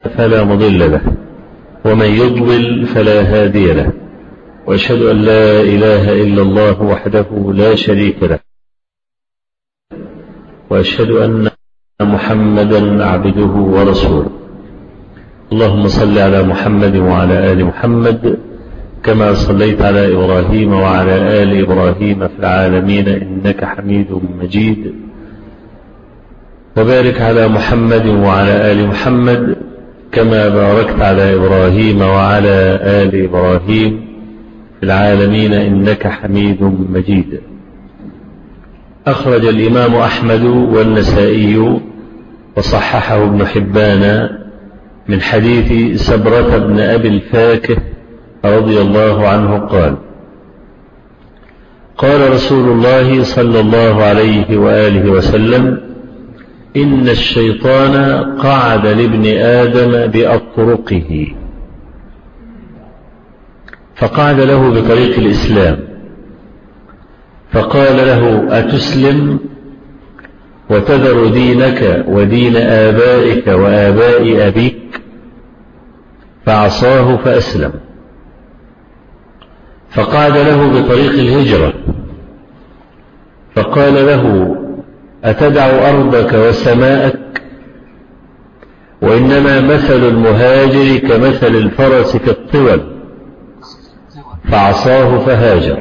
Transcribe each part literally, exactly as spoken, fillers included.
فلا مضل له ومن يضلل فلا هادي له، وأشهد أن لا إله إلا الله وحده لا شريك له، وأشهد أن محمدا عبده ورسوله. اللهم صل على محمد وعلى آل محمد كما صليت على إبراهيم وعلى آل إبراهيم في العالمين إنك حميد مجيد، وبارك على محمد وعلى آل محمد كما باركت على إبراهيم وعلى آل إبراهيم في العالمين إنك حميد مجيد. أخرج الإمام أحمد والنسائي وصححه ابن حبان من حديث سبرة بن أبي الفاكه رضي الله عنه قال: قال رسول الله صلى الله عليه وآله وسلم: إن الشيطان قعد لابن آدم بأطرقه، فقعد له بطريق الإسلام فقال له: أتسلم وتذر دينك ودين آبائك وآباء أبيك؟ فعصاه فأسلم. فقعد له بطريق الهجرة فقال له: أتدع أرضك وسماءك؟ وإنما مثل المهاجر كمثل الفرس كالطول، فعصاه فهاجر.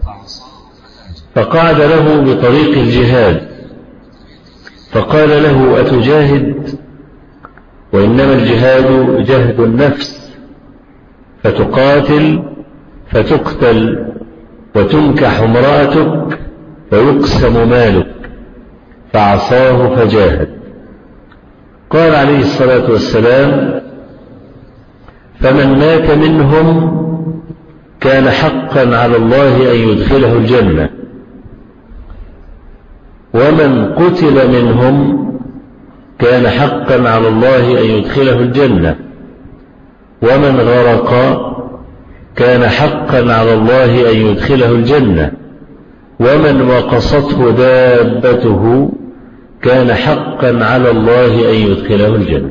فقعد له بطريق الجهاد فقال له: أتجاهد؟ وإنما الجهاد جهد النفس، فتقاتل فتقتل وتنكح امرأتك ويقسم مالك، فعصاه فجاهد. قال عليه الصلاة والسلام: فمن مات منهم كان حقا على الله أن يدخله الجنة، ومن قتل منهم كان حقا على الله أن يدخله الجنة، ومن غرق كان حقا على الله أن يدخله الجنة، ومن وقصته دابته كان حقا على الله أن يدخله الجنة.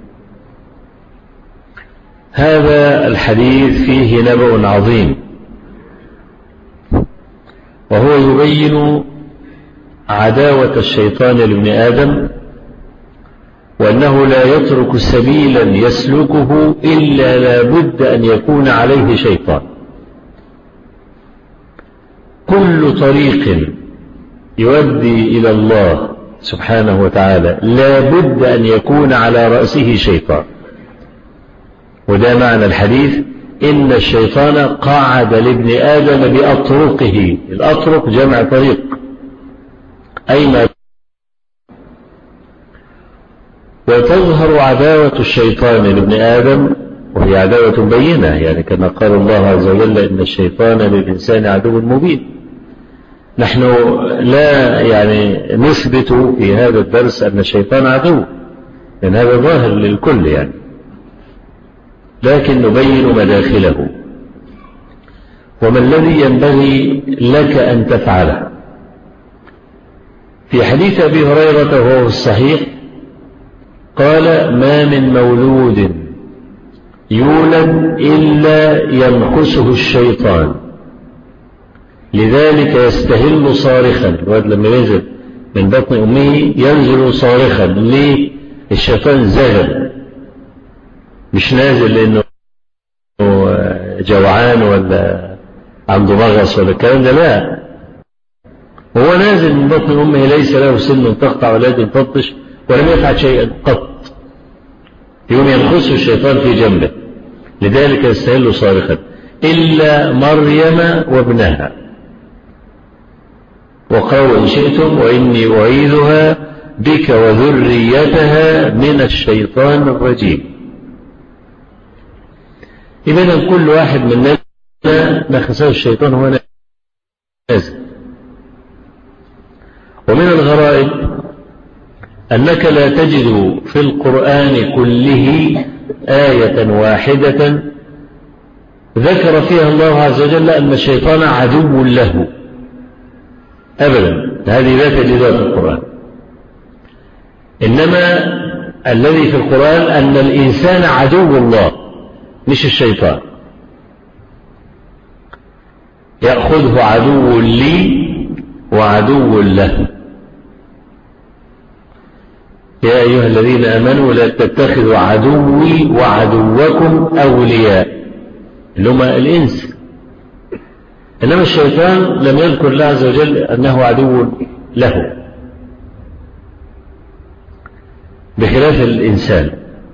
هذا الحديث فيه نبأ عظيم، وهو يبين عداوة الشيطان لابن آدم، وأنه لا يترك سبيلا يسلكه إلا لا بد أن يكون عليه شيطان. كل طريق يؤدي إلى الله سبحانه وتعالى لا بد أن يكون على رأسه شيطان، وده معنى الحديث: إن الشيطان قعد لابن آدم بأطرقه. الأطرق جمع طريق، أي ما. وتظهر عداوة الشيطان لابن آدم، وهي عداوة بينة، يعني كما قال الله عز وجل: إن الشيطان للإنسان عدو مبين. نحن لا يعني نثبت في هذا الدرس أن الشيطان عدو، لأن هذا ظاهر للكل يعني، لكن نبين مداخله وما الذي ينبغي لك أن تفعله. في حديث أبي هريرة وهو الصحيح قال: ما من مولود يولد إلا ينقصه الشيطان، لذلك يستهل صارخا. الولد لما ينزل من بطن أمه ينزل صارخا. ليه؟ الشيطان زغل، مش نازل لأنه جوعان ولا عنده مغص ولا الكلام ده، لا، هو نازل من بطن أمه ليس له سن تقطع ولا يد تبطش ولم يفعل شيئا قط، يوم ينقصه الشيطان في جنبه، لذلك يستهل صارخا. إلا مريم وابنها، وقالوا: إن شئتم وإني أعيذها بك وذريتها من الشيطان الرجيم. إذن كل واحد مننا نخسه الشيطان هو نازل. ومن الغرائب أنك لا تجد في القرآن كله آية واحدة ذكر فيها الله عز وجل أن الشيطان عدو له أبدا، هذه لا تجدها في القرآن. إنما الذي في القرآن أن الإنسان عدو الله مش الشيطان، يأخذه عدو لي وعدو له. يا أيها الذين آمنوا لا تتخذوا عدوي وعدوكم أولياء اللي هم الإنس، إنما الشيطان لم يذكر الله عز وجل أنه عدو له بخلاف الإنسان.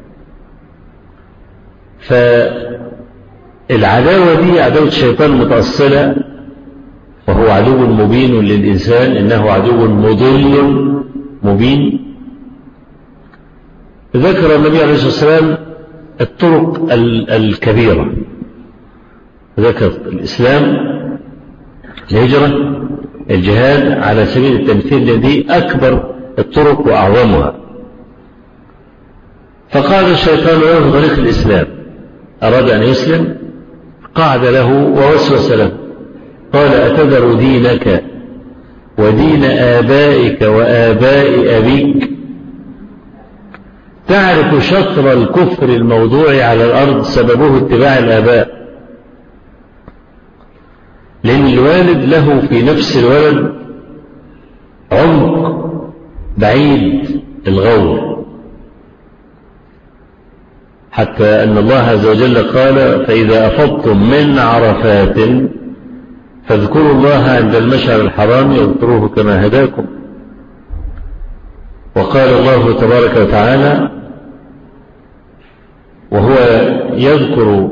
فالعداوة دي عداوة الشيطان متأصلة، وهو عدو مبين للإنسان، إنه عدو مضل مبين. ذكر النبي عليه الصلاة والسلام الطرق الكبيرة، ذكر الإسلام، الهجرة، الجهاد على سبيل التمثيل، الذي أكبر الطرق وأعظمها. فقال الشيطان له في طريق الإسلام، أراد أن يسلم قعد له ووسوس له، قال أتذر دينك ودين آبائك وآباء أبيك؟ تعرف شطر الكفر الموضوع على الأرض سببه اتباع الآباء، لأن الوالد له في نفس الولد عمق بعيد الغور، حتى أن الله عز وجل قال فإذا أفضتم من عرفات فاذكروا الله عند المشعر الحرام واذكروه كما هداكم. وقال الله تبارك وتعالى وهو يذكر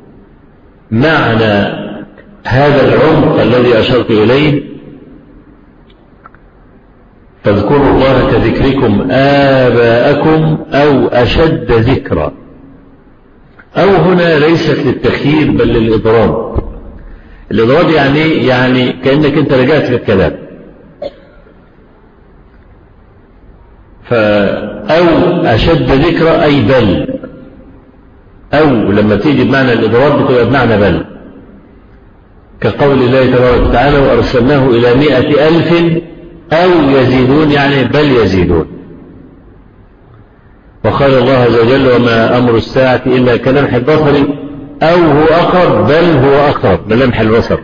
معنى هذا العمق الذي أشرت إليه، فاذكروا الله كذكركم آباءكم أو أشد ذكرا. أو هنا ليست للتخيير بل للإضراب. الإضراب يعني يعني كأنك أنت رجعت في الكلام. فأو أشد ذكرا أي بل، أو لما تيجي بمعنى الإضراب بتبقى بمعنى بل، كقول الله تبارك وتعالى وأرسلناه إلى مئة ألف أو يزيدون، يعني بل يزيدون. وقال الله عز وجل وما أمر الساعة إلا كلمح البصر أو هو أقرب بل هو أقرب بلمح البصر.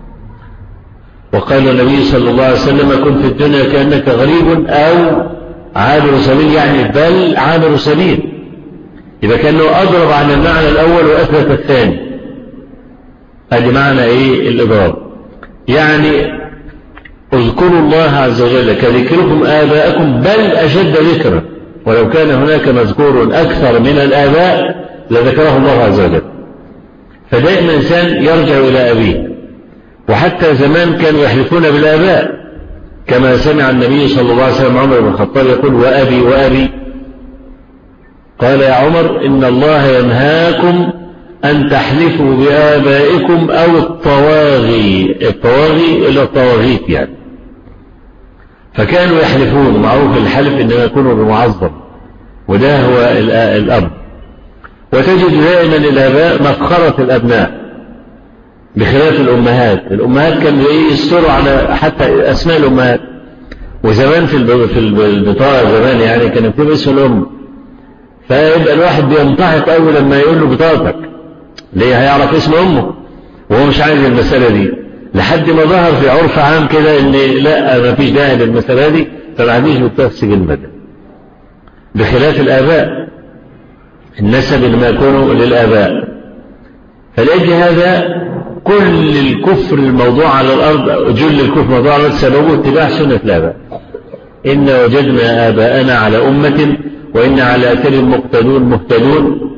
وقال النبي صلى الله عليه وسلم كن في الدنيا كأنك غريب أو عابر سبيل، يعني بل عابر سبيل. إذا كانه أضرب عن المعنى الأول وأثبت الثاني، هذا معنى إيه الإضراب. يعني اذكروا الله عز وجل كذكركم آباءكم بل أشد ذكرا، ولو كان هناك مذكور أكثر من الآباء لذكره الله عز وجل. فدائما الإنسان يرجع إلى أبيه، وحتى زمان كانوا يحلفون بالآباء، كما سمع النبي صلى الله عليه وسلم عمر بن الخطاب يقول وأبي وأبي، قال يا عمر إن الله ينهاكم أن تحلفوا بآبائكم أو الطواغي، الطواغي إلى الطواغيت يعني. فكانوا يحلفون، معروف الحلف إنما يكون بمعظم، وده هو الأب. وتجد دائما الآباء مفخرة الأبناء بخلاف الأمهات. الأمهات كانوا يستروا على حتى أسماء الأمهات، وزمان في في البطاقة زمان يعني كان يكتب اسم الأم، فيبقى الواحد بيمتحق أول لما يقول له بطاقتك ليه، هيعرف اسم أمه وهو مش عايز المسألة دي، لحد ما ظهر في عرف عام كده إن لا ما فيش داعي للمسألة دي، فما عنديش بطاقة سجل مدى. بخلاف الآباء النسب لما يكونوا للآباء. فلأجل هذا كل الكفر الموضوع على الأرض، جل الكفر الموضوع على الأرض سببه اتباع سنة الآباء. إن وجدنا آباءنا على أمة وإن على أثرهم مقتدون مهتدون.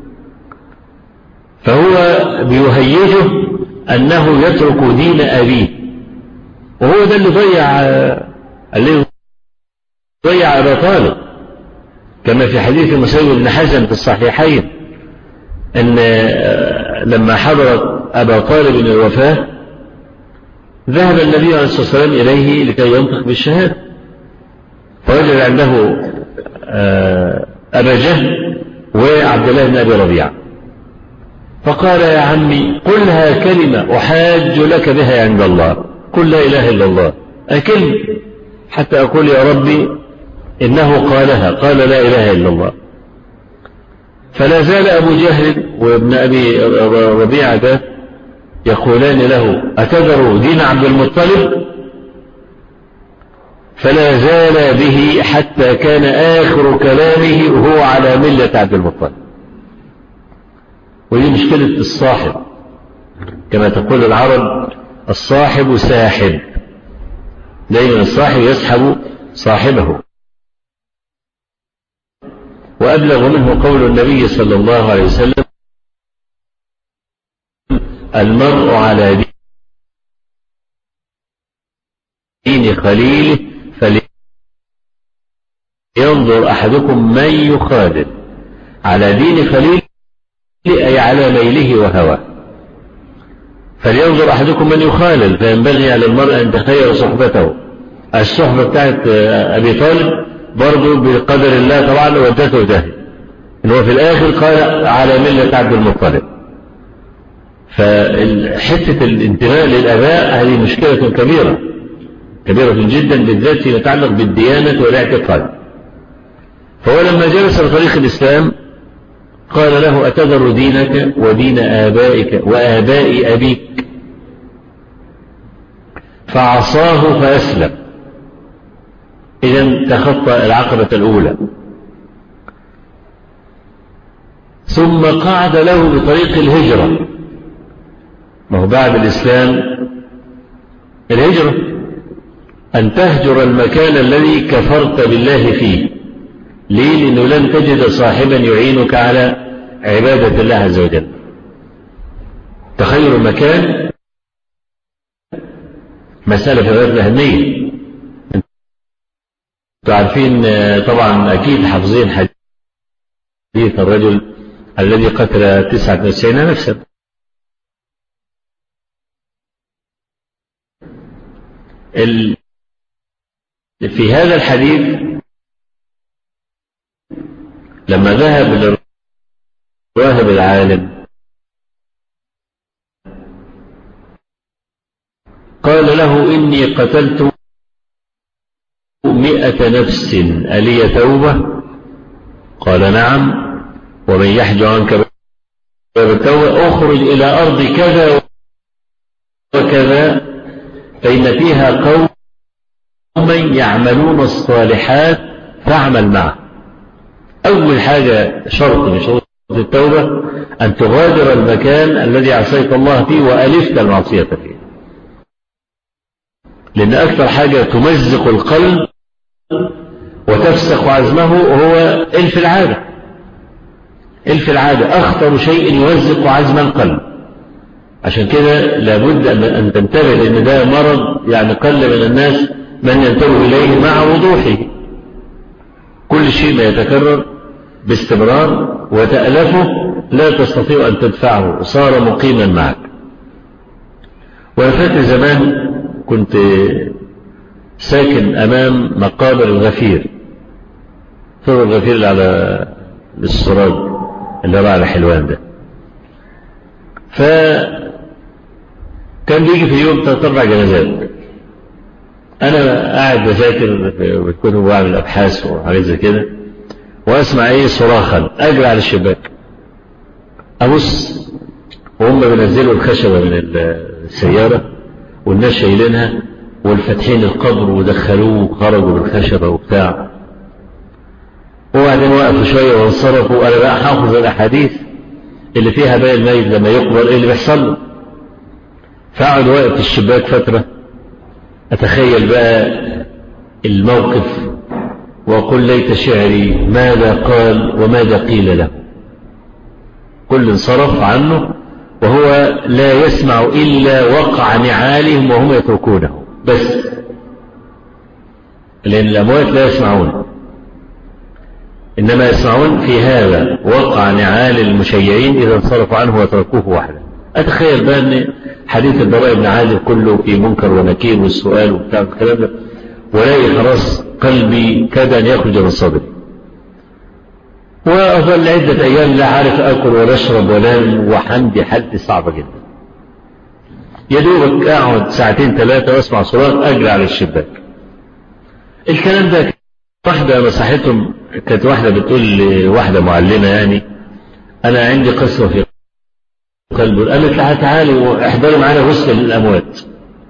فهو بيهيجه أنه يترك دين أبيه، وهو ده اللي ضيع اللي ضيع أبا طالب، كما في حديث مسيب بن حزن في الصحيحين أن لما حضرت أبا طالب الوفاة ذهب النبي عليه الصلاة والسلام إليه لكي ينطق بالشهادة، فوجد عنده أبا جهل وعبد الله بن أبي ربيعة، فقال يا عمي قلها كلمة أحاج لك بها عند الله، قل لا إله إلا الله، أكلم حتى أقول يا ربي إنه قالها، قال لا إله إلا الله. فلا زال أبو جهل وابن أبي ربيعة ده يقولان له أتذر دين عبد المطلب؟ فلا زال به حتى كان آخر كلامه وهو على ملة عبد المطلب. ودي مشكلة الصاحب، كما تقول العرب الصاحب ساحب، دائما الصاحب يسحب صاحبه. وأبلغ منه قول النبي صلى الله عليه وسلم المرء على دين خليله فلينظر أحدكم من يخالل. على دين خليله أي على ميله وهواه. فلينظر أحدكم من يخالل، فينبغي على المرء أن تخير صحبته. الصحبة بتاعت أبي طالب برضو بقدر الله طبعا ودته داهية، إن هو في الآخر قال على ملة عبد المطلب. فحتة الانتماء للآباء هذه مشكلة كبيرة كبيرة جدا، بالذات فيما يتعلق بالديانة والاعتقاد. فهو لما جلس لطريق الإسلام قال له أتذر دينك ودين آبائك وآباء أبيك؟ فعصاه فأسلم. إذن تخطى العقبة الأولى. ثم قعد له بطريق الهجرة. ما هو بعد الإسلام الهجرة أن تهجر المكان الذي كفرت بالله فيه. ليه؟ لأنه لن تجد صاحبا يعينك على عبادة الله عز وجل. تخير المكان مسألة غير أهمية. تعرفين طبعا أكيد حافظين حديث الرجل الذي قتل تسعة وتسعين نفسا. في هذا الحديث لما ذهب للراهب العالم قال له إني قتلت مئة نفس ألي توبة؟ قال نعم. ومن يحج عنك باب التوبة أخرج إلى أرض كذا وكذا فإن فيها قوم يعملون الصالحات فاعمل معه. أول حاجة شرط من شروط التوبة أن تغادر المكان الذي عصيت الله فيه وألفت المعصية فيه، لأن أكثر حاجة تمزق القلب وتفسخ عزمه هو إلف العادة. إلف العادة أخطر شيء يمزق عزم القلب. عشان كده لابد أن تنتبه، لأن ده مرض يعني قل من الناس من ينتبه إليه مع وضوحه. كل شيء ما يتكرر باستمرار وتألفه لا تستطيع أن تدفعه، صار مقيما معك. وأنا فاكر زمان كنت ساكن أمام مقابر الغفير، فضل الغفير اللي على السراج اللي راح على حلوان ده. فكان بيجي في اليوم ثلاث أربع جنازات. أنا قاعد بذاكر بالكتب وأعمل أبحاث وحاجات زي كده، وأسمع إيه صراخا، أجري على الشباك أبص وهم بينزلوا الخشبة من السيارة والناس شايلينها والفتحين القبر ودخلوه وخرجوا بالخشبة وبتاع. وبعدين وقفوا شوية وانصرفوا. أنا بقى حافظ الأحاديث اللي فيها باقي الميت لما يقبر إيه اللي بيحصل له. فأقعد واقف في الشباك فترة أتخيل بقى الموقف وأقول ليت شعري ماذا قال وماذا قيل له. كل انصرف عنه وهو لا يسمع إلا وقع نعالهم وهم يتركونه بس، لأن الأموات لا يسمعون، إنما يسمعون في هذا وقع نعال المشيعين إذا انصرفوا عنه وتركوه وحده. أتخيل بقى أن حديث البراء بن عازب كله في منكر ونكير والسؤال وبتاع الكلام ده، ولاقي خلاص قلبي كاد أن يخرج من صدري. وأظل عدة أيام لا عارف أكل ولا أشرب ولا، وحمدي حالتي صعبة جدا. يدوبك أقعد ساعتين ثلاثة وأسمع صراخ أجري على الشباك. الكلام ده واحدة نصحتهم، كانت واحدة بتقول لواحدة معلمة يعني أنا عندي قسوة في قلبه. قالت لها تعالي واحضري معانا غسل الأموات.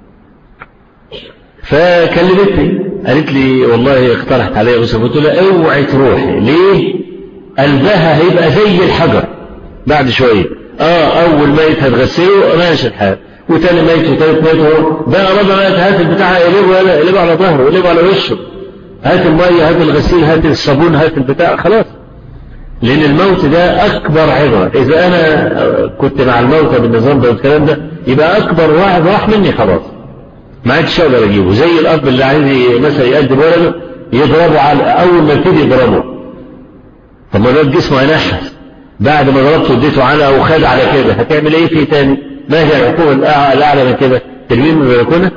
فكلمتني قالت لي والله اقترحت علي غسل. قلت لها اوعي تروحي. ليه؟ قلبها هيبقى زي الحجر بعد شوية. اه اول ميت هتغسله ماشي الحال، وتاني ميت وتالت ميت. بقى ربع ميت هات البتاع يقلبه يقلبه على ظهره ويقلبه على وشه، هات المية هات الغسيل هات الصابون هات البتاع، خلاص. لأن الموت ده أكبر عبرة. إذا أنا كنت مع الموت بالنظام ده والكلام ده يبقى أكبر واحد راح مني خلاص، ما عادش أقدر أجيبه. زي الأب اللي عايز مثلا يقدم ولده يضربه على أول ما يبتدي يضربه، طب ما الواد جسمه هينحس بعد ما ضربته اديته علقة وخد على كده، هتعمل إيه فيه تاني؟ ما هي العقوبة الأعلى من كده؟ تلميذ من البلكونة؟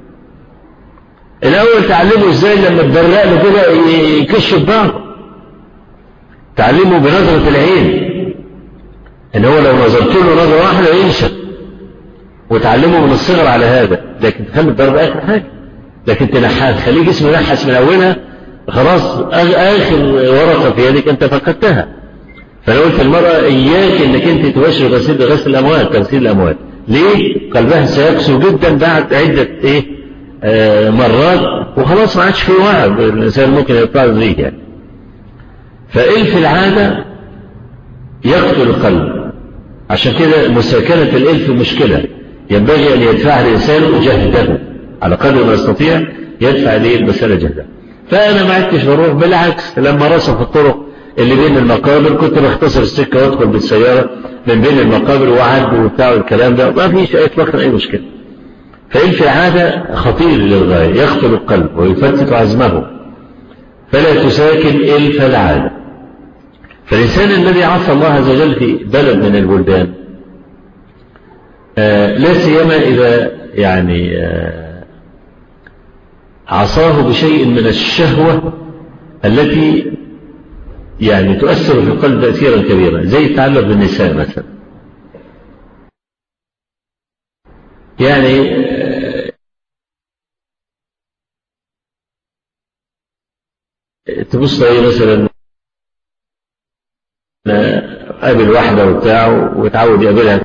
الأول تعلمه إزاي لما تبرق له كده يكش بعض، تعلمه بنظرة العين ان هو لو نظرت له نظرة واحدة ينشف، وتعلمه من الصغر على هذا. لكن تخلي الضرب اخر حاجة، لكن تنحاس خليه جسمه ينحس من اولها خلاص، اخر ورقة في يدك انت فقدتها. فانا قلت المرأة اياك انك انت تباشر غسيل غسل الاموات تغسيل الاموات. ليه؟ قلبها سيقسو جدا بعد عدة ايه آه مرات، وخلاص ما عادش فيه وعي، الانسان ممكن يطلع زيه يعني. فإلف العادة يقتل القلب. عشان كده مساكنة الإلف مشكلة، ينبغي أن يدفع الإنسان جهده على قدر ما يستطيع، يدفع ليه المسألة جهده. فأنا ما عدتش بروح، بالعكس لما رسم في الطرق اللي بين المقابر كنت بختصر السكة وادخل بالسيارة من بين المقابر وعد وبتاع الكلام ده، ما فيش إطلاقا أي مشكلة. فإلف العادة خطير للغاية، يقتل القلب ويفتت عزمه، فلا تساكن إلف العادة. فالإنسان الذي عصى الله عز وجل في بلد من البلدان آه لا سيما إذا يعني آه عصاه بشيء من الشهوة التي يعني تؤثر في القلب تأثيرا كبيرا، زي التعلق بالنساء مثلا. يعني آه تبص ايه مثلا قابل واحدة وبتاعه وتعود يقابلها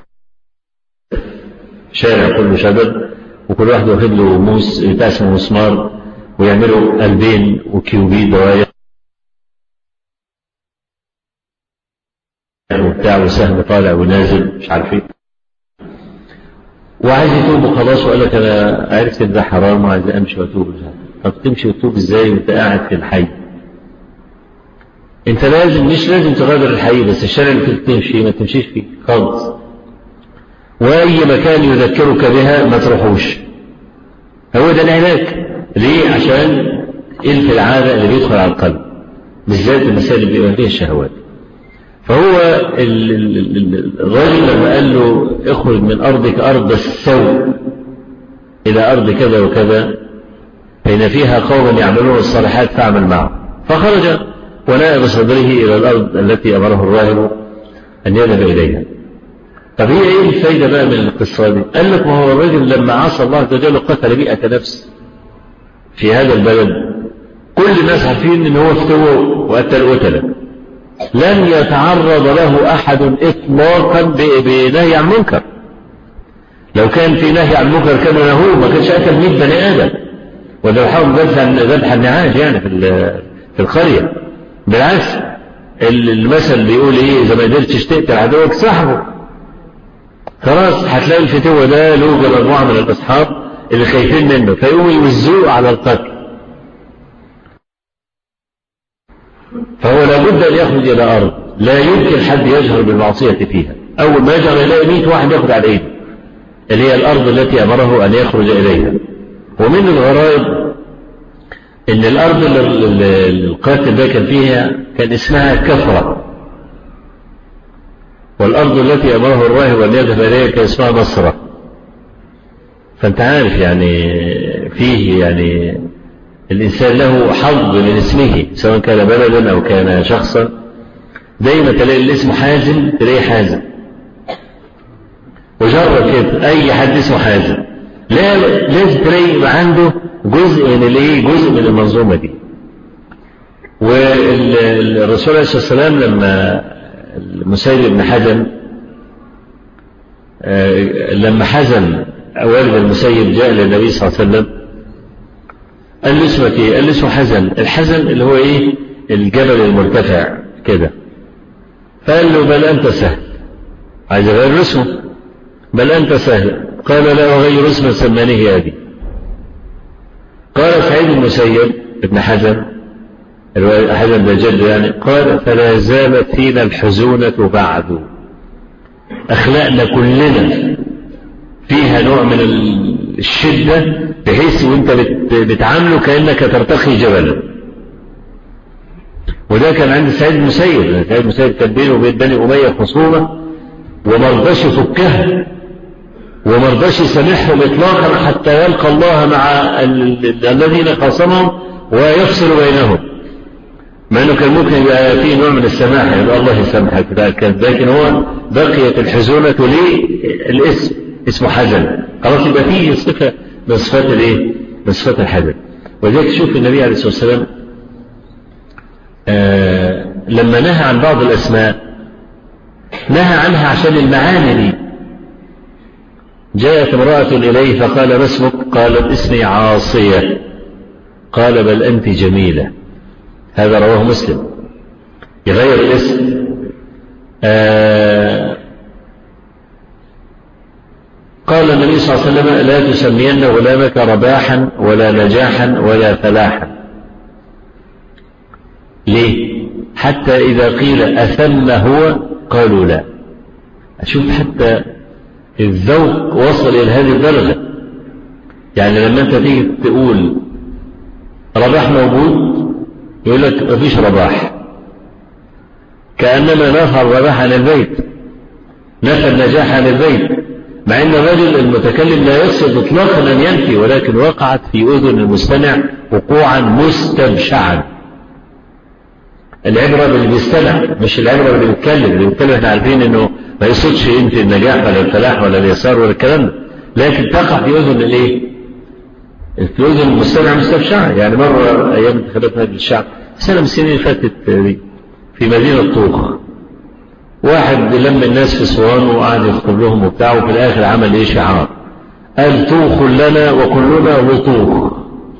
شارع كله شباب، وكل واحد واخد له موس بتاع اسمه مسمار، ويعملوا قلبين وكيوبيد دواير وبتاع وسهم طالع ونازل مش عارف ايه، وعايز يتوب وخلاص، وقال لك انا عرفت ان ده حرام وعايز امشي واتوب. طب تمشي وتوب ازاي وانت قاعد في الحي؟ انت لازم مش لازم تغادر الحي، بس الشارع اللي تمشي ما تمشيش فيه خالص، واي مكان يذكرك بها ما تروحوش. هو ده العلاج. ليه؟ عشان إلف العادة اللي بيدخل على القلب، بالذات المسائل اللي بيبقى فيها الشهوات. فهو الراجل لما قال له اخرج من أرضك أرض السوء إلى أرض كذا وكذا فإن فيها قوما يعملون الصالحات فاعمل معهم، فخرج وناء بصدره إلى الأرض التي أمره الراهب أن يذهب إليها. طب هي إيه الفايدة بقى من القصة دي؟ قال لك ما هو الرجل لما عصى الله عز وجل قتل مئة نفس في هذا البلد، كل الناس عارفين إن هو افتوى وقتل قتله، لم يتعرض له أحد إطلاقا بنهي عن منكر. لو كان في نهي عن منكر كانوا نهوه، ما كانش قتل مئة بني آدم ولا يحاول ذبح النعاج يعني في في القرية. بالعكس المثل بيقول ايه؟ اذا ما قدرتش تقتل عدوك صاحبه. خلاص هتلاقي الفتوة ده له مجموعة من الاصحاب اللي خايفين منه فيقوموا يوزوه على القتل. فهو لابد ان يخرج الى ارض لا يمكن حد يجهر بالمعصية فيها. اول ما يجهر يلاقي مئة واحد ياخد على ايده، اللي هي الارض التي امره ان يخرج اليها. ومن الغرائب ان الارض اللي القاتل ده كان فيها كان اسمها كفرة، والارض التي امره الراهب ان يذهب اليها كان اسمها نصرة. فانت عارف يعني فيه يعني الانسان له حظ من اسمه، سواء كان بلدا او كان شخصا. دايما تلاقي الاسم حازم تلاقي حازم، وجرب كده اي حد اسمه حازم لا لازم تلاقي عنده جزء من الايه جزء من المنظومه دي. والرسول عليه الصلاه والسلام لما المسيب بن حزن لما حزن والد المسيب جاء للنبي صلى الله عليه وسلم قال له اسمك ايه؟ قال له اسمه حزن. الحزن اللي هو ايه؟ الجبل المرتفع كده. فقال له بل انت سهل، عايز اغير اسمه، بل انت سهل. قال لا اغير اسما سمانيه ابي. قال سعيد المسيب ابن حزن، حزن ده جد يعني، قال فلا زالت فينا الحزونة بعد، أخلاقنا كلنا فيها نوع من الشدة بحيث وانت بتعامله كأنك ترتقي جبلا. وده كان عند سعيد المسيب. سعيد المسيب كان بينه وبين بني أمية خصومة ومرضاش يفكها ومرضاش يسامحهم إطلاقا حتى يلقى الله مع الذين خاصمهم ويفصل بينهم، مع انه كان ممكن يبقى فيه نوع من السماح، يبقى الله يسامحك، لكن هو بقيت الحزونة للاسم، اسمه حزن، خلاص يبقى فيه صفة من صفات الايه؟ من صفات الحزن. ولذلك شوف النبي عليه الصلاة والسلام آه لما نهى عن بعض الأسماء نهى عنها عشان المعاني دي. جاءت امرأة إليه فقال ما اسمك؟ قالت اسمي عاصية. قال بل أنت جميلة. هذا رواه مسلم. يغير الاسم. آه قال النبي صلى الله عليه وسلم لا تسمين غلامك رباحا ولا نجاحا ولا فلاحا. ليه؟ حتى إذا قيل أثم هو قالوا لا. أشوف حتى الذوق وصل إلى هذه الدرجة. يعني لما أنت تيجي تقول رباح موجود يقول لك مفيش رباح، كأنما نفى الرباح عن البيت، نفى النجاح عن البيت، مع أن الرجل المتكلم لا يقصد إطلاقا أن ينفي، ولكن وقعت في أذن المستمع وقوعا مستبشعا. العبرة باللي بيستمع مش العبرة باللي بيتكلم. اللي بيتكلم احنا عارفين انه ما يقصدش ينفي النجاح ولا الفلاح ولا اليسار ولا الكلام ده، لكن تقع في أذن الايه؟ في أذن المستمع مستبشعة. يعني مرة أيام انتخابات مجلس الشعب سنة من السنين اللي فاتت في مدينة طوخ، واحد لم الناس في صوان وقعد يخطب لهم وبتاع، وفي الآخر عمل ايه؟ شعار قال طوخ لنا وكلنا لطوخ.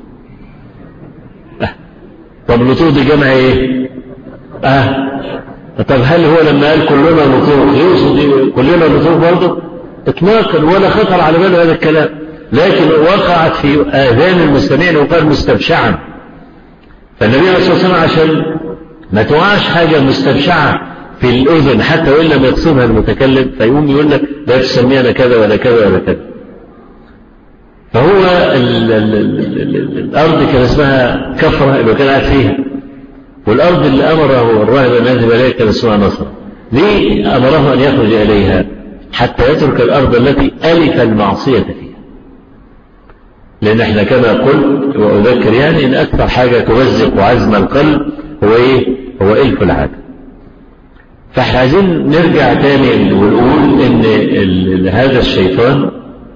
طب لطوخ دي جمع ايه؟ اه طب هل هو لما قال كلنا لطوخ يقصد كلنا لطوخ برضه؟ اطلاقا، ولا خطر على باله هذا الكلام، لكن وقعت في آذان المستمعين وقال مستبشعا. فالنبي عليه الصلاة والسلام عشان ما توقعش حاجة مستبشعة في الأذن حتى وإن لم يقصدها المتكلم، فيقوم يقول لك لا تسمينا كذا ولا كذا ولا كذا. فهو ال ال ال ال الأرض كان اسمها كفرة اللي كان قاعد فيها، والأرض اللي أمره الراهب أن يذهب إليها كان اسمها نصر. ليه أمره أن يخرج إليها؟ حتى يترك الأرض التي ألف المعصية فيها. لأن احنا كما قلت وأذكر يعني إن أكثر حاجة تمزق عزم القلب هو إيه؟ هو إلف العادة. فاحنا عايزين نرجع تاني ونقول إن هذا الشيطان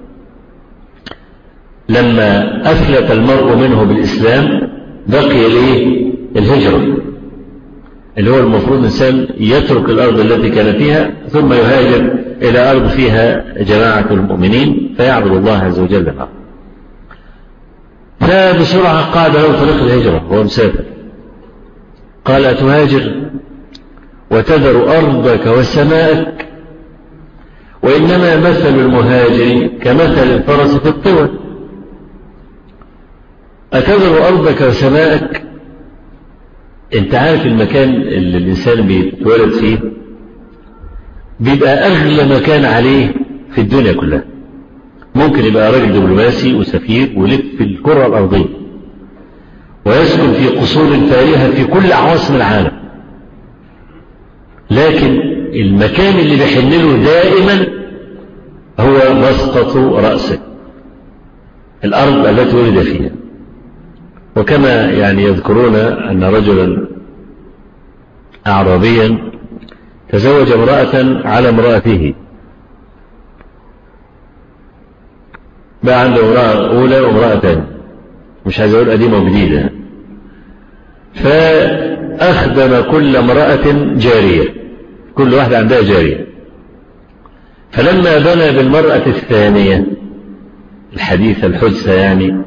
لما أفلت المرء منه بالإسلام بقي ليه؟ الهجرة، اللي هو المفروض الإنسان يترك الأرض التي كان فيها ثم يهاجر إلى أرض فيها جماعة المؤمنين فيعبد الله عز وجل معه. فبسرعة قعد له طريق الهجرة وهو مسافر. قال أتهاجر وتذر أرضك وسماءك؟ وإنما مثل المهاجر كمثل الفرس في الطول. أتذر أرضك وسماءك؟ انت عارف المكان اللي الإنسان بيتولد فيه بيبقى أغلى مكان عليه في الدنيا كلها. ممكن يبقى راجل دبلوماسي وسفير ولف في الكرة الأرضية ويسكن في قصور فارهة في كل عواصم العالم، لكن المكان اللي بيحن له دائما هو مسقط رأسه، الأرض التي ولد فيها. وكما يعني يذكرون أن رجلا أعرابيا تزوج امرأة على امرأته، بقى عنده امرأة أولى وامرأة ثانية، مش عايز أقول قديمة وجديدة، فأخدم كل امرأة جارية كل واحدة عندها جارية. فلما بنى بالمرأة الثانية الحديثة الحدثة يعني،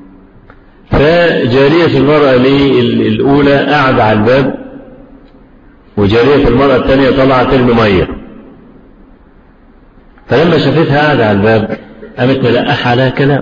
فجارية المرأة الأولى قاعدة على الباب، وجارية المرأة الثانية طلعت ترمي مية. فلما شافتها قاعدة على الباب قامت ملقح عليها كلام،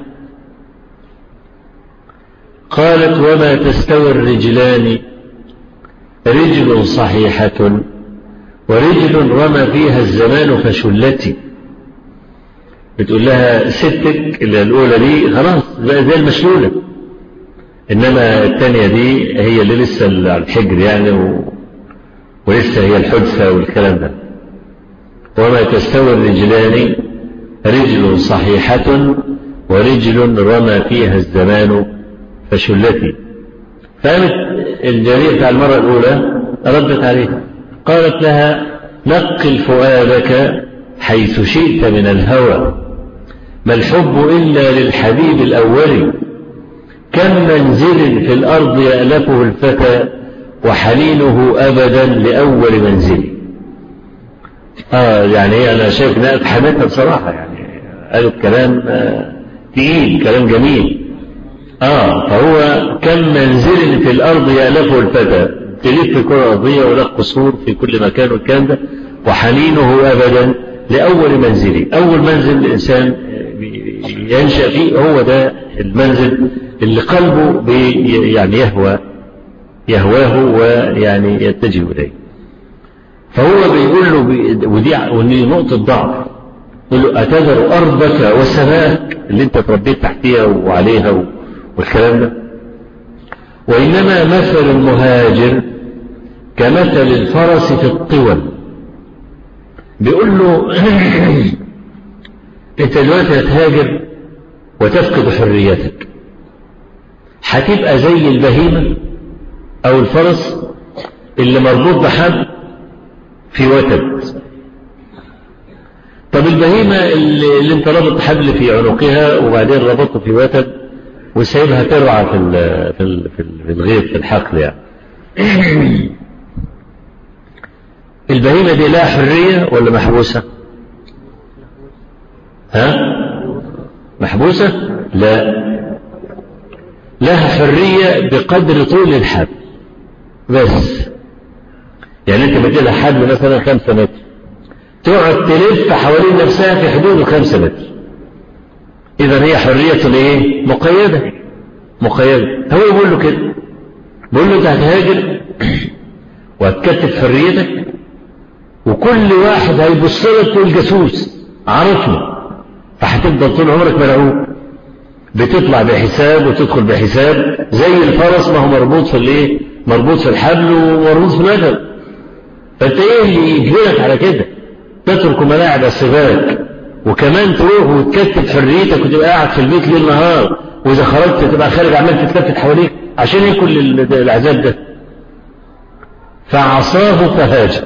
قالت: وما تستوي الرجلان، رجل صحيحة ورجل رمى فيها الزمان فشلتي. بتقول لها ستك اللي الأولى دي خلاص بقى زي المشلولة، إنما الثانية دي هي اللي لسه على الحجر يعني و... ولسه هي الحدثة والكلام ده. وما تستوي الرجلان، رجل صحيحة ورجل رمى فيها الزمان فشلتي. فقامت الجارية بتاع المرة الأولى ردت عليها قالت لها: نقل فؤادك حيث شئت من الهوى، ما الحب إلا للحبيب الأول، كم منزل في الأرض يألفه الفتى وحنينه أبدا لأول منزل. آه يعني أنا شايف إنها اتحملتها بصراحة، يعني قالت كلام آه تقيل، كلام جميل. آه فهو كم منزل في الأرض يألفه الفتى، تلف في الكرة الأرضية ولا قصور في كل مكان والكلام ده، وحنينه أبدا لأول منزل. أول منزل الإنسان ينشأ فيه هو ده المنزل اللي قلبه يعني يهوى يهواه ويعني يتجه إليه. فهو بيقول له ودي ودي نقطة ضعف، يقول له: أتذر أرضك وسماك اللي أنت تربيت تحتها وعليها والكلام ده، وإنما مثل المهاجر كمثل الفرس في الطول. بيقول له: أنت دلوقتي هتهاجر وتفقد حريتك، هتبقى زي البهيمة أو الفرس اللي مربوط بحبل في وتد. طب البهيمة اللي, اللي انت ربط حبل في عنقها وبعدين ربطه في وتد وسايبها ترعى في ال في ال في الغيط في الحقل يعني. البهيمة دي لها حرية ولا محبوسة؟ ها؟ محبوسة؟ لا، لها حرية بقدر طول الحبل بس. يعني انت بديلها حبل مثلا خمسة متر، تقعد تلف حوالين نفسها في حدود خمسة متر. اذا هي حرية ايه؟ مقيدة مقيدة. هو يقول له كده، بيقول له: انت هتهاجر وهتكتف حريتك، وكل واحد هيبص لك تقول جاسوس عرفني، فهتفضل طول عمرك مرعوب، بتطلع بحساب وتدخل بحساب زي الفرس ما هو مربوط في الايه؟ مربوط في الحبل ومربوط في الوتد. فانت ايه اللي يجبرك على كده؟ تترك ملاعب السباك وكمان تروح وتكتب حريتك وتبقى قاعد في البيت ليل نهار، واذا خرجت تبقى خارج عمال تتلفت حواليك عشان ايه كل العذاب ده؟ فعصاه فهاجر،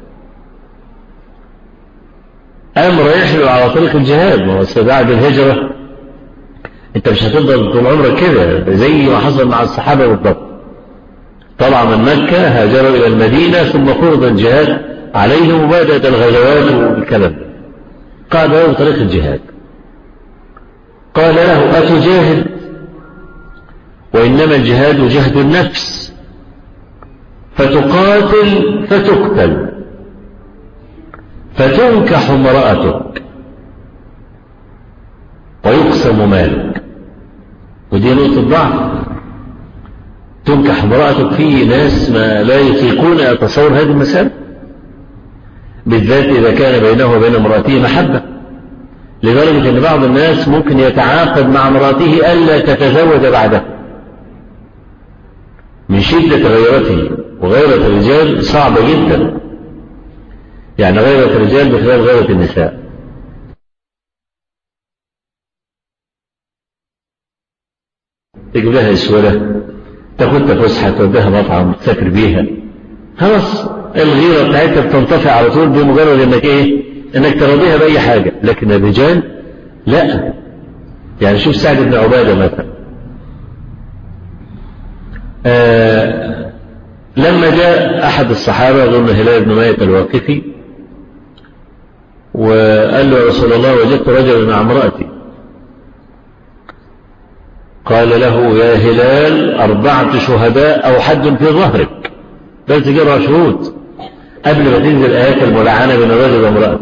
قام رايح له على طريق الجهاد. ما هو بعد الهجرة انت مش هتفضل طول عمرك كده، زي ما حصل مع الصحابة بالضبط. طلع من مكة هاجروا إلى المدينة ثم فرض الجهاد عليهم وبدأت الغزوات والكلام. قال له طريق الجهاد، قال له: أتجاهد؟ وإنما الجهاد جهد النفس، فتقاتل فتقتل، فتنكح امرأتك ويقسم مالك. ودي نقطة ضعف، تنكح امرأتك. في ناس ما لا يطيقون يتصور هذه المسألة، بالذات إذا كان بينه وبين امرأته محبة، لدرجة أن بعض الناس ممكن يتعاقد مع امرأته ألا تتزوج بعده من شدة غيرته. وغيرة الرجال صعبة جدا، يعني غيرة الرجال بخلاف غيرة النساء. تجيب لها اسوره، تاخدها فسحه، توديها مطعم، تسافر بيها، خلاص الغيره بتاعتها بتنطفئ على طول بمجرد انك ايه؟ انك ترضيها باي حاجه. لكن الرجال لا. يعني شوف سعد بن عباده مثلا، آه لما جاء أحد الصحابة أظن هلال بن مية الواقفي وقال له يا رسول الله وجدت رجلا مع امرأتي، قال له يا هلال أربعة شهداء أو حد في ظهرك، بل تجرى شهود قبل ما تنزل آيات الملعنة بين الرجل وامرأته.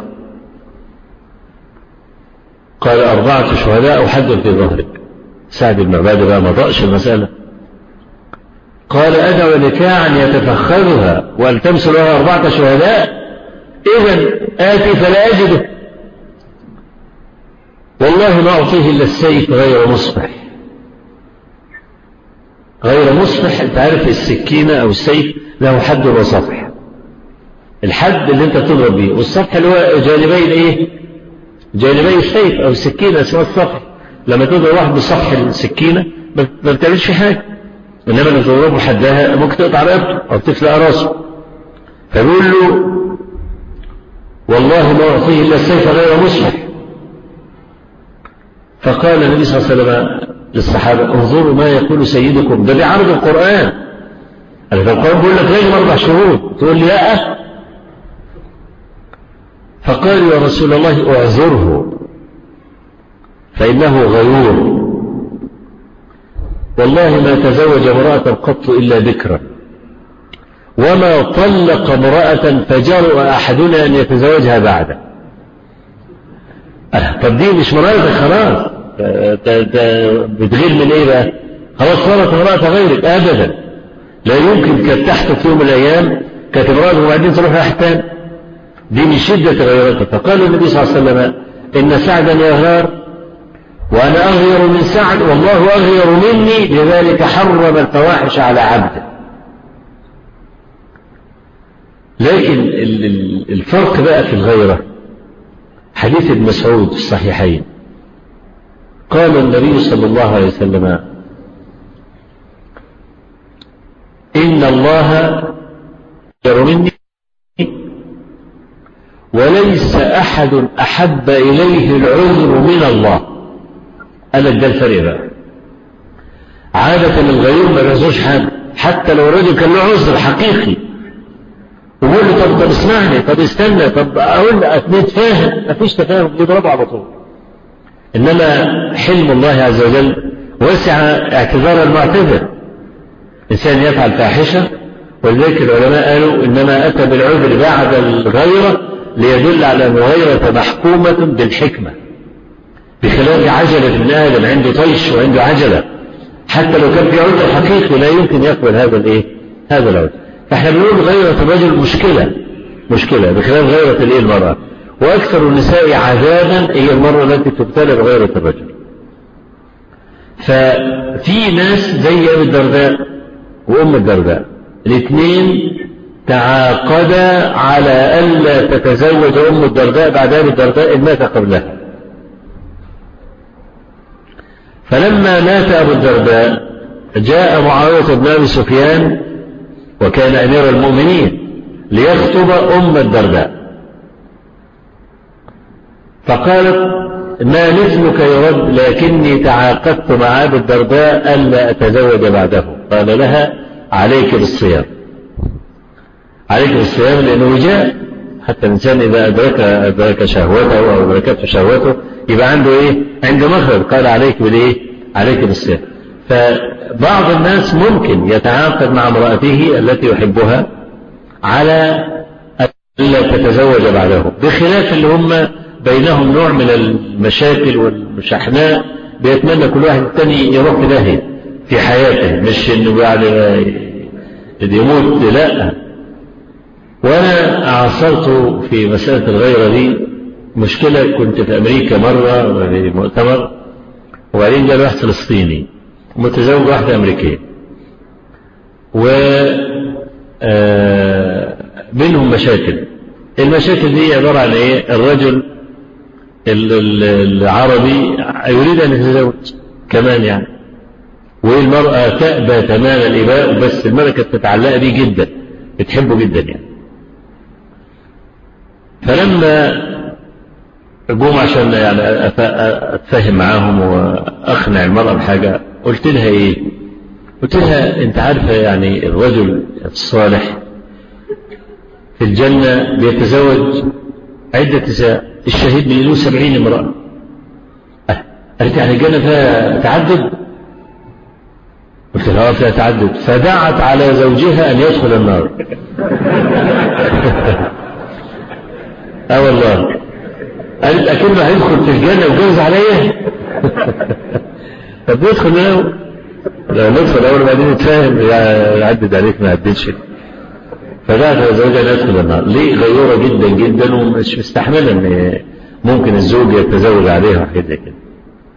قال أربعة شهداء أو حد في ظهرك. سعد بن عبادة بقى ما ضاقش المسألة، قال أدعو نكاعا يتفخذها والتمس لها أربعة شهداء، إذن آتي فلا أجده، والله ما أعطيه إلا السيف غير مصفح. غير مصفح أنت عارف السكينة أو السيف له حد وصفح، الحد اللي أنت تضرب به، والصفح اللي هو جانبي الإيه؟ جانبي السيف أو السكينة اسمها الصفح. لما تضرب واحد بصفح السكينة ما بتعملش حاجة، إنما لما تضربه حدها ممكن تقطع رقبته أو تفلق راسه. فبيقول له والله ما أعطيه إلا السيف غير مصفح. فقال النبي صلى الله عليه وسلم للصحابة انظروا ما يقول سيدكم، ده بيعرض القرآن. أنا في القرآن بيقول لك لازم أربع شهود، تقول لي لا. فقال يا رسول الله اعذره فإنه غيور، والله ما تزوج امرأة قط إلا بكرا، وما طلق امرأة فجرؤ أحدنا أن يتزوجها بعده. أه طب دي مش مرأة خلاص بتغير من ايه بقى؟ خلاص صارت امرأة غيرك ابدا، لا يمكن كانت تحت في يوم من الايام كانت امرأة وبعدين تروح لأحتان، دي من شدة غيرتها. فقال النبي صلى الله عليه وسلم ان سعدا يغار وانا اغير من سعد والله اغير مني، لذلك حرم الفواحش على عبده. لكن الفرق بقى في الغيرة حديث ابن مسعود في الصحيحين، قال النبي صلى الله عليه وسلم إن الله يغير مني وليس أحد أحب إليه العذر من الله. قال ده الفرق بقى، عادة الغيور ما بيعذرش حد، حتى لو الرجل كان له عذر حقيقي ويقول له طب طب اسمعني طب استنى طب أقول نتفاهم، مفيش تفاهم يضربه على طول. إنما حلم الله عز وجل وسع اعتذار المعتذر، إنسان يفعل فاحشة ولذلك العلماء قالوا إنما أتى بالعذر بعد الغيرة ليدل على أن الغيرة محكومة بالحكمة، بخلاف عجلة ابن آدم عنده طيش وعنده عجلة، حتى لو كان في عذر حقيقي لا يمكن يقبل هذا الإيه؟ هذا العذر. فإحنا بنقول غيرة الرجل مشكلة مشكلة بخلاف غيرة الإيه؟ المرأة. وأكثر النساء عذابا هي المرأة التي تبتلى بغيرة الرجل. ففي ناس زي أبي الدرداء وأم الدرداء الاثنين تعاقدا على ألا تتزوج أم الدرداء بعد أبي الدرداء إن مات قبلها. فلما مات أبو الدرداء جاء معاوية بن أبي سفيان وكان أمير المؤمنين ليخطب أم الدرداء، فقالت ما مثلك يا رب لكني تعاقدت مع أبي الدرداء ألا أتزوج بعده. قال لها عليك بالصيام، عليك بالصيام لأنه وجاء، حتى الإنسان إذا أدرك أدرك شهوته أو أدركته شهوته يبقى عنده إيه؟ عنده مخرج. قال عليك بالإيه؟ عليك بالصيام. فبعض الناس ممكن يتعاقد مع امرأته التي يحبها على ألا تتزوج بعده، بخلاف اللي هم بينهم نوع من المشاكل والشحناء بيتمنى كل واحد الثاني يروح في داهية في حياته، مش انه يعني يموت، لا. وانا عاصرت في مسألة الغيرة دي مشكلة. كنت في امريكا مرة في مؤتمر وبعدين جاء واحد فلسطيني متزوج واحدة امريكية و بينهم مشاكل. المشاكل دي عبارة عن ايه؟ الرجل العربي يريد ان يتزوج كمان يعني، والمرأة تأبى تمام الإباء، بس المرأة كانت تتعلق بيه جدا، بتحبه جدا يعني. فلما قوم عشان يعني أتفاهم معاهم وأقنع المرأة بحاجة، قلت لها إيه؟ قلت لها أنت عارفة يعني الرجل الصالح في الجنة بيتزوج عدة نساء، الشهيد له سبعين امرأة. قالت يعني الجنة فيها تعدد؟ قلت لها فيها تعدد. فدعت على زوجها أن يدخل النار. اه والله. قالت أكيد هيدخل في الجنة وجوز عليا. طب ندخل الأول، لو ندخل الأول وبعدين نتفاهم يعدد عليك ما عددش. فدعت على زوجها أن يدخل النار. ليه؟ غيورة جدا جدا ومش مستحملة أن ممكن الزوج يتزوج عليها وحاجات زي كده.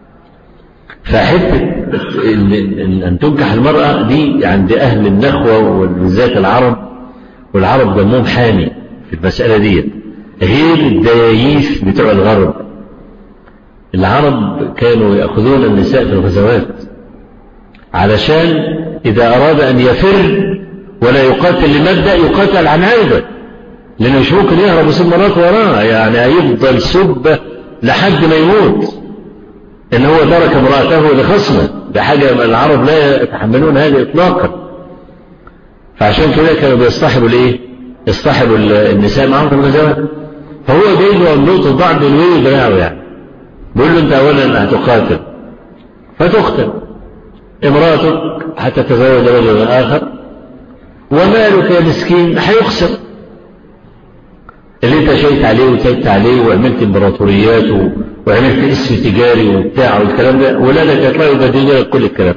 فحتة أن تنكح المرأة دي عند أهل النخوة وبالذات العرب، والعرب دمهم حامي في المسألة دي غير الدياييس بتوع الغرب. العرب كانوا يأخذون النساء في الغزوات علشان إذا أراد أن يفر ولا يقاتل لمبدأ يقاتل عن هيبة، لأنه مش ممكن يهرب ويسيب مراته وراه، يعني هيفضل سبة لحد ما يموت إن هو ترك امرأته لخصمه. ده حاجة العرب لا يتحملون هذا إطلاقا. فعشان كده كانوا بيصطحبوا الإيه؟ يصطحبوا النساء معهم في الغزوات. فهو بيجوا نقطة ضعف الويل دراعه، يعني بيقول له أنت أولا هتقاتل فتقتل، امرأتك هتتزوج رجلا آخر، ومالك يا مسكين هيخسر. اللي انت شيت عليه وتيت عليه وعملت امبراطوريات وعملت اسم تجاري وبتاع والكلام ده، ولادك يطلعوا يبدلوا لك كل الكلام.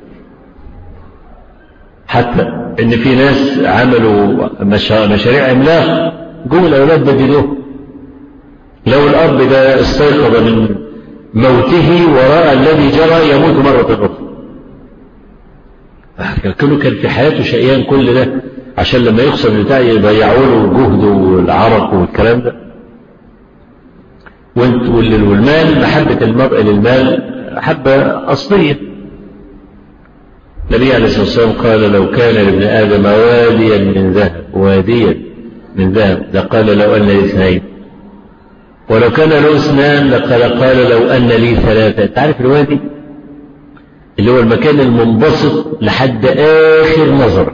حتى ان في ناس عملوا مشاريع عملاق جم الاولاد بدلوه. لو الاب ده استيقظ من موته وراء الذي جرى يموت مرة أخرى. كله كان في حياته شقيان كل ده عشان لما يخسر بتاعي يضيعوا له جهده والعرق والكلام ده. والمال، محبة المرء للمال محبة أصلية. النبي عليه الصلاة والسلام قال لو كان لابن آدم واديا من ذهب، واديا من ذهب لقال لو أن لي اثنين، ولو كان له اثنان لقال قال لو أن لي ثلاثة. تعرف الوادي اللي هو المكان المنبسط لحد آخر نظرك.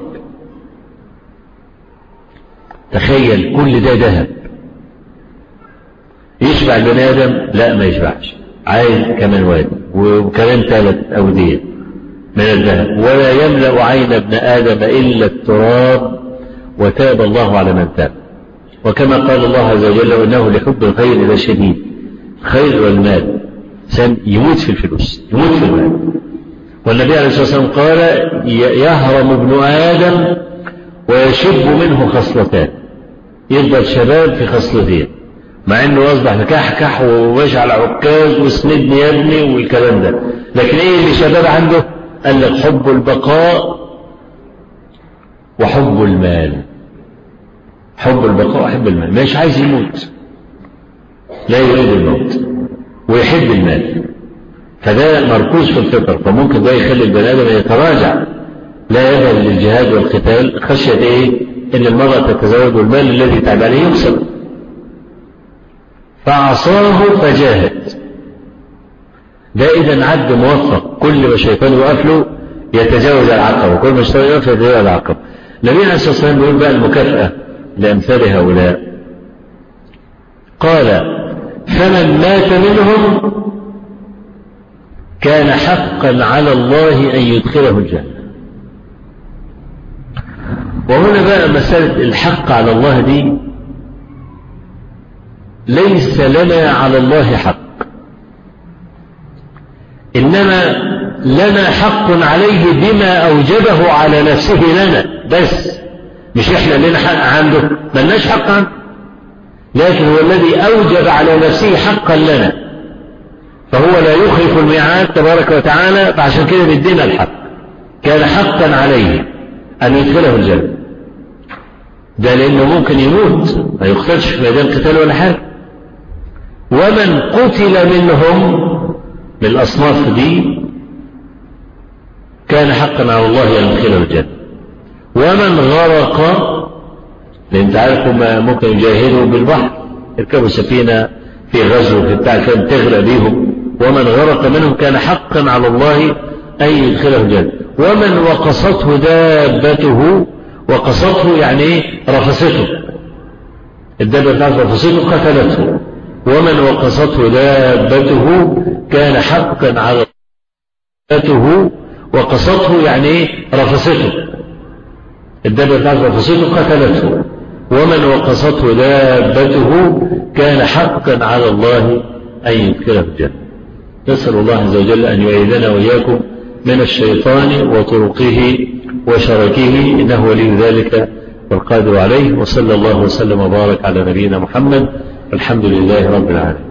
تخيل كل ده ذهب. يشبع البني آدم؟ لا ما يشبعش، عايز كمان وادي وكمان ثلاث أودية من الذهب. ولا يملأ عين ابن آدم إلا التراب وتاب الله على من تاب. وكما قال الله عز وجل وإنه لحب الخير لشديد. خير والمال، سن يموت في الفلوس، يموت في المال. والنبي عليه الصلاة والسلام قال يهرم ابن آدم ويشب منه خصلتان. يفضل شباب في خصلتين مع انه اصبح مكحكح وماشي على عكاز واسندني يا ابني والكلام ده، لكن ايه اللي شباب عنده؟ قال لك حب البقاء وحب المال. حب البقاء وحب المال، مش عايز يموت، لا يريد الموت ويحب المال. فده مركوز في الفطر، فممكن ده يخلي البني ادم يتراجع لا يذهب للجهاد والقتال خشية ايه؟ ان المرأة تتزوج والمال الذي تعب عليه يخسر. فعصاه فجاهد. ده اذا عبد موفق، كل ما الشيطان يوقف له يتجاوز العقبة، وكل ما الشيطان يوقف يتجاوز العقبة. النبي عليه الصلاة والسلام بيقول بقى المكافأة لأمثال هؤلاء. قال فمن مات منهم كان حقا على الله أن يدخله الجنة. وهنا بقى مسألة الحق على الله دي، ليس لنا على الله حق، إنما لنا حق عليه بما أوجبه على نفسه لنا بس، مش إحنا لنا حق عنده، ملناش حق عنده، لكن هو الذي أوجب على نفسه حقا لنا، فهو لا يخلف الميعاد تبارك وتعالى، فعشان كده بيدينا الحق. كان حقا عليه أن يدخله الجنة. ده لأنه ممكن يموت ما يقتلش في ميدان قتال ولا حاجة. ومن قتل منهم من الأصناف دي كان حقا على الله أن يدخله الجنة. ومن غرق، لأن انت عارف هم ممكن يجاهدوا بالبحر، يركبوا سفينة في غزو في بتاع كان تغرق بيهم، ومن غرق منهم كان حقا على الله أن يدخله الجنة. ومن وقصته دابته، وقصته يعني ايه؟ رفسته، الدابة بتاعته رفسته قتلته. ومن وقصته دابته كان حقا على دابته، وقصته يعني ايه؟ رفسته، الدابة بتاعته رفسته قتلته. ومن وقصته دابته كان حقا على الله أن يدخله الجنة. نسأل الله عز وجل أن يعيذنا وإياكم من الشيطان وطرقه وشركه، إنه ولي ذلك والقادر عليه. وصلى الله وسلم وبارك على نبينا محمد، الحمد لله رب العالمين.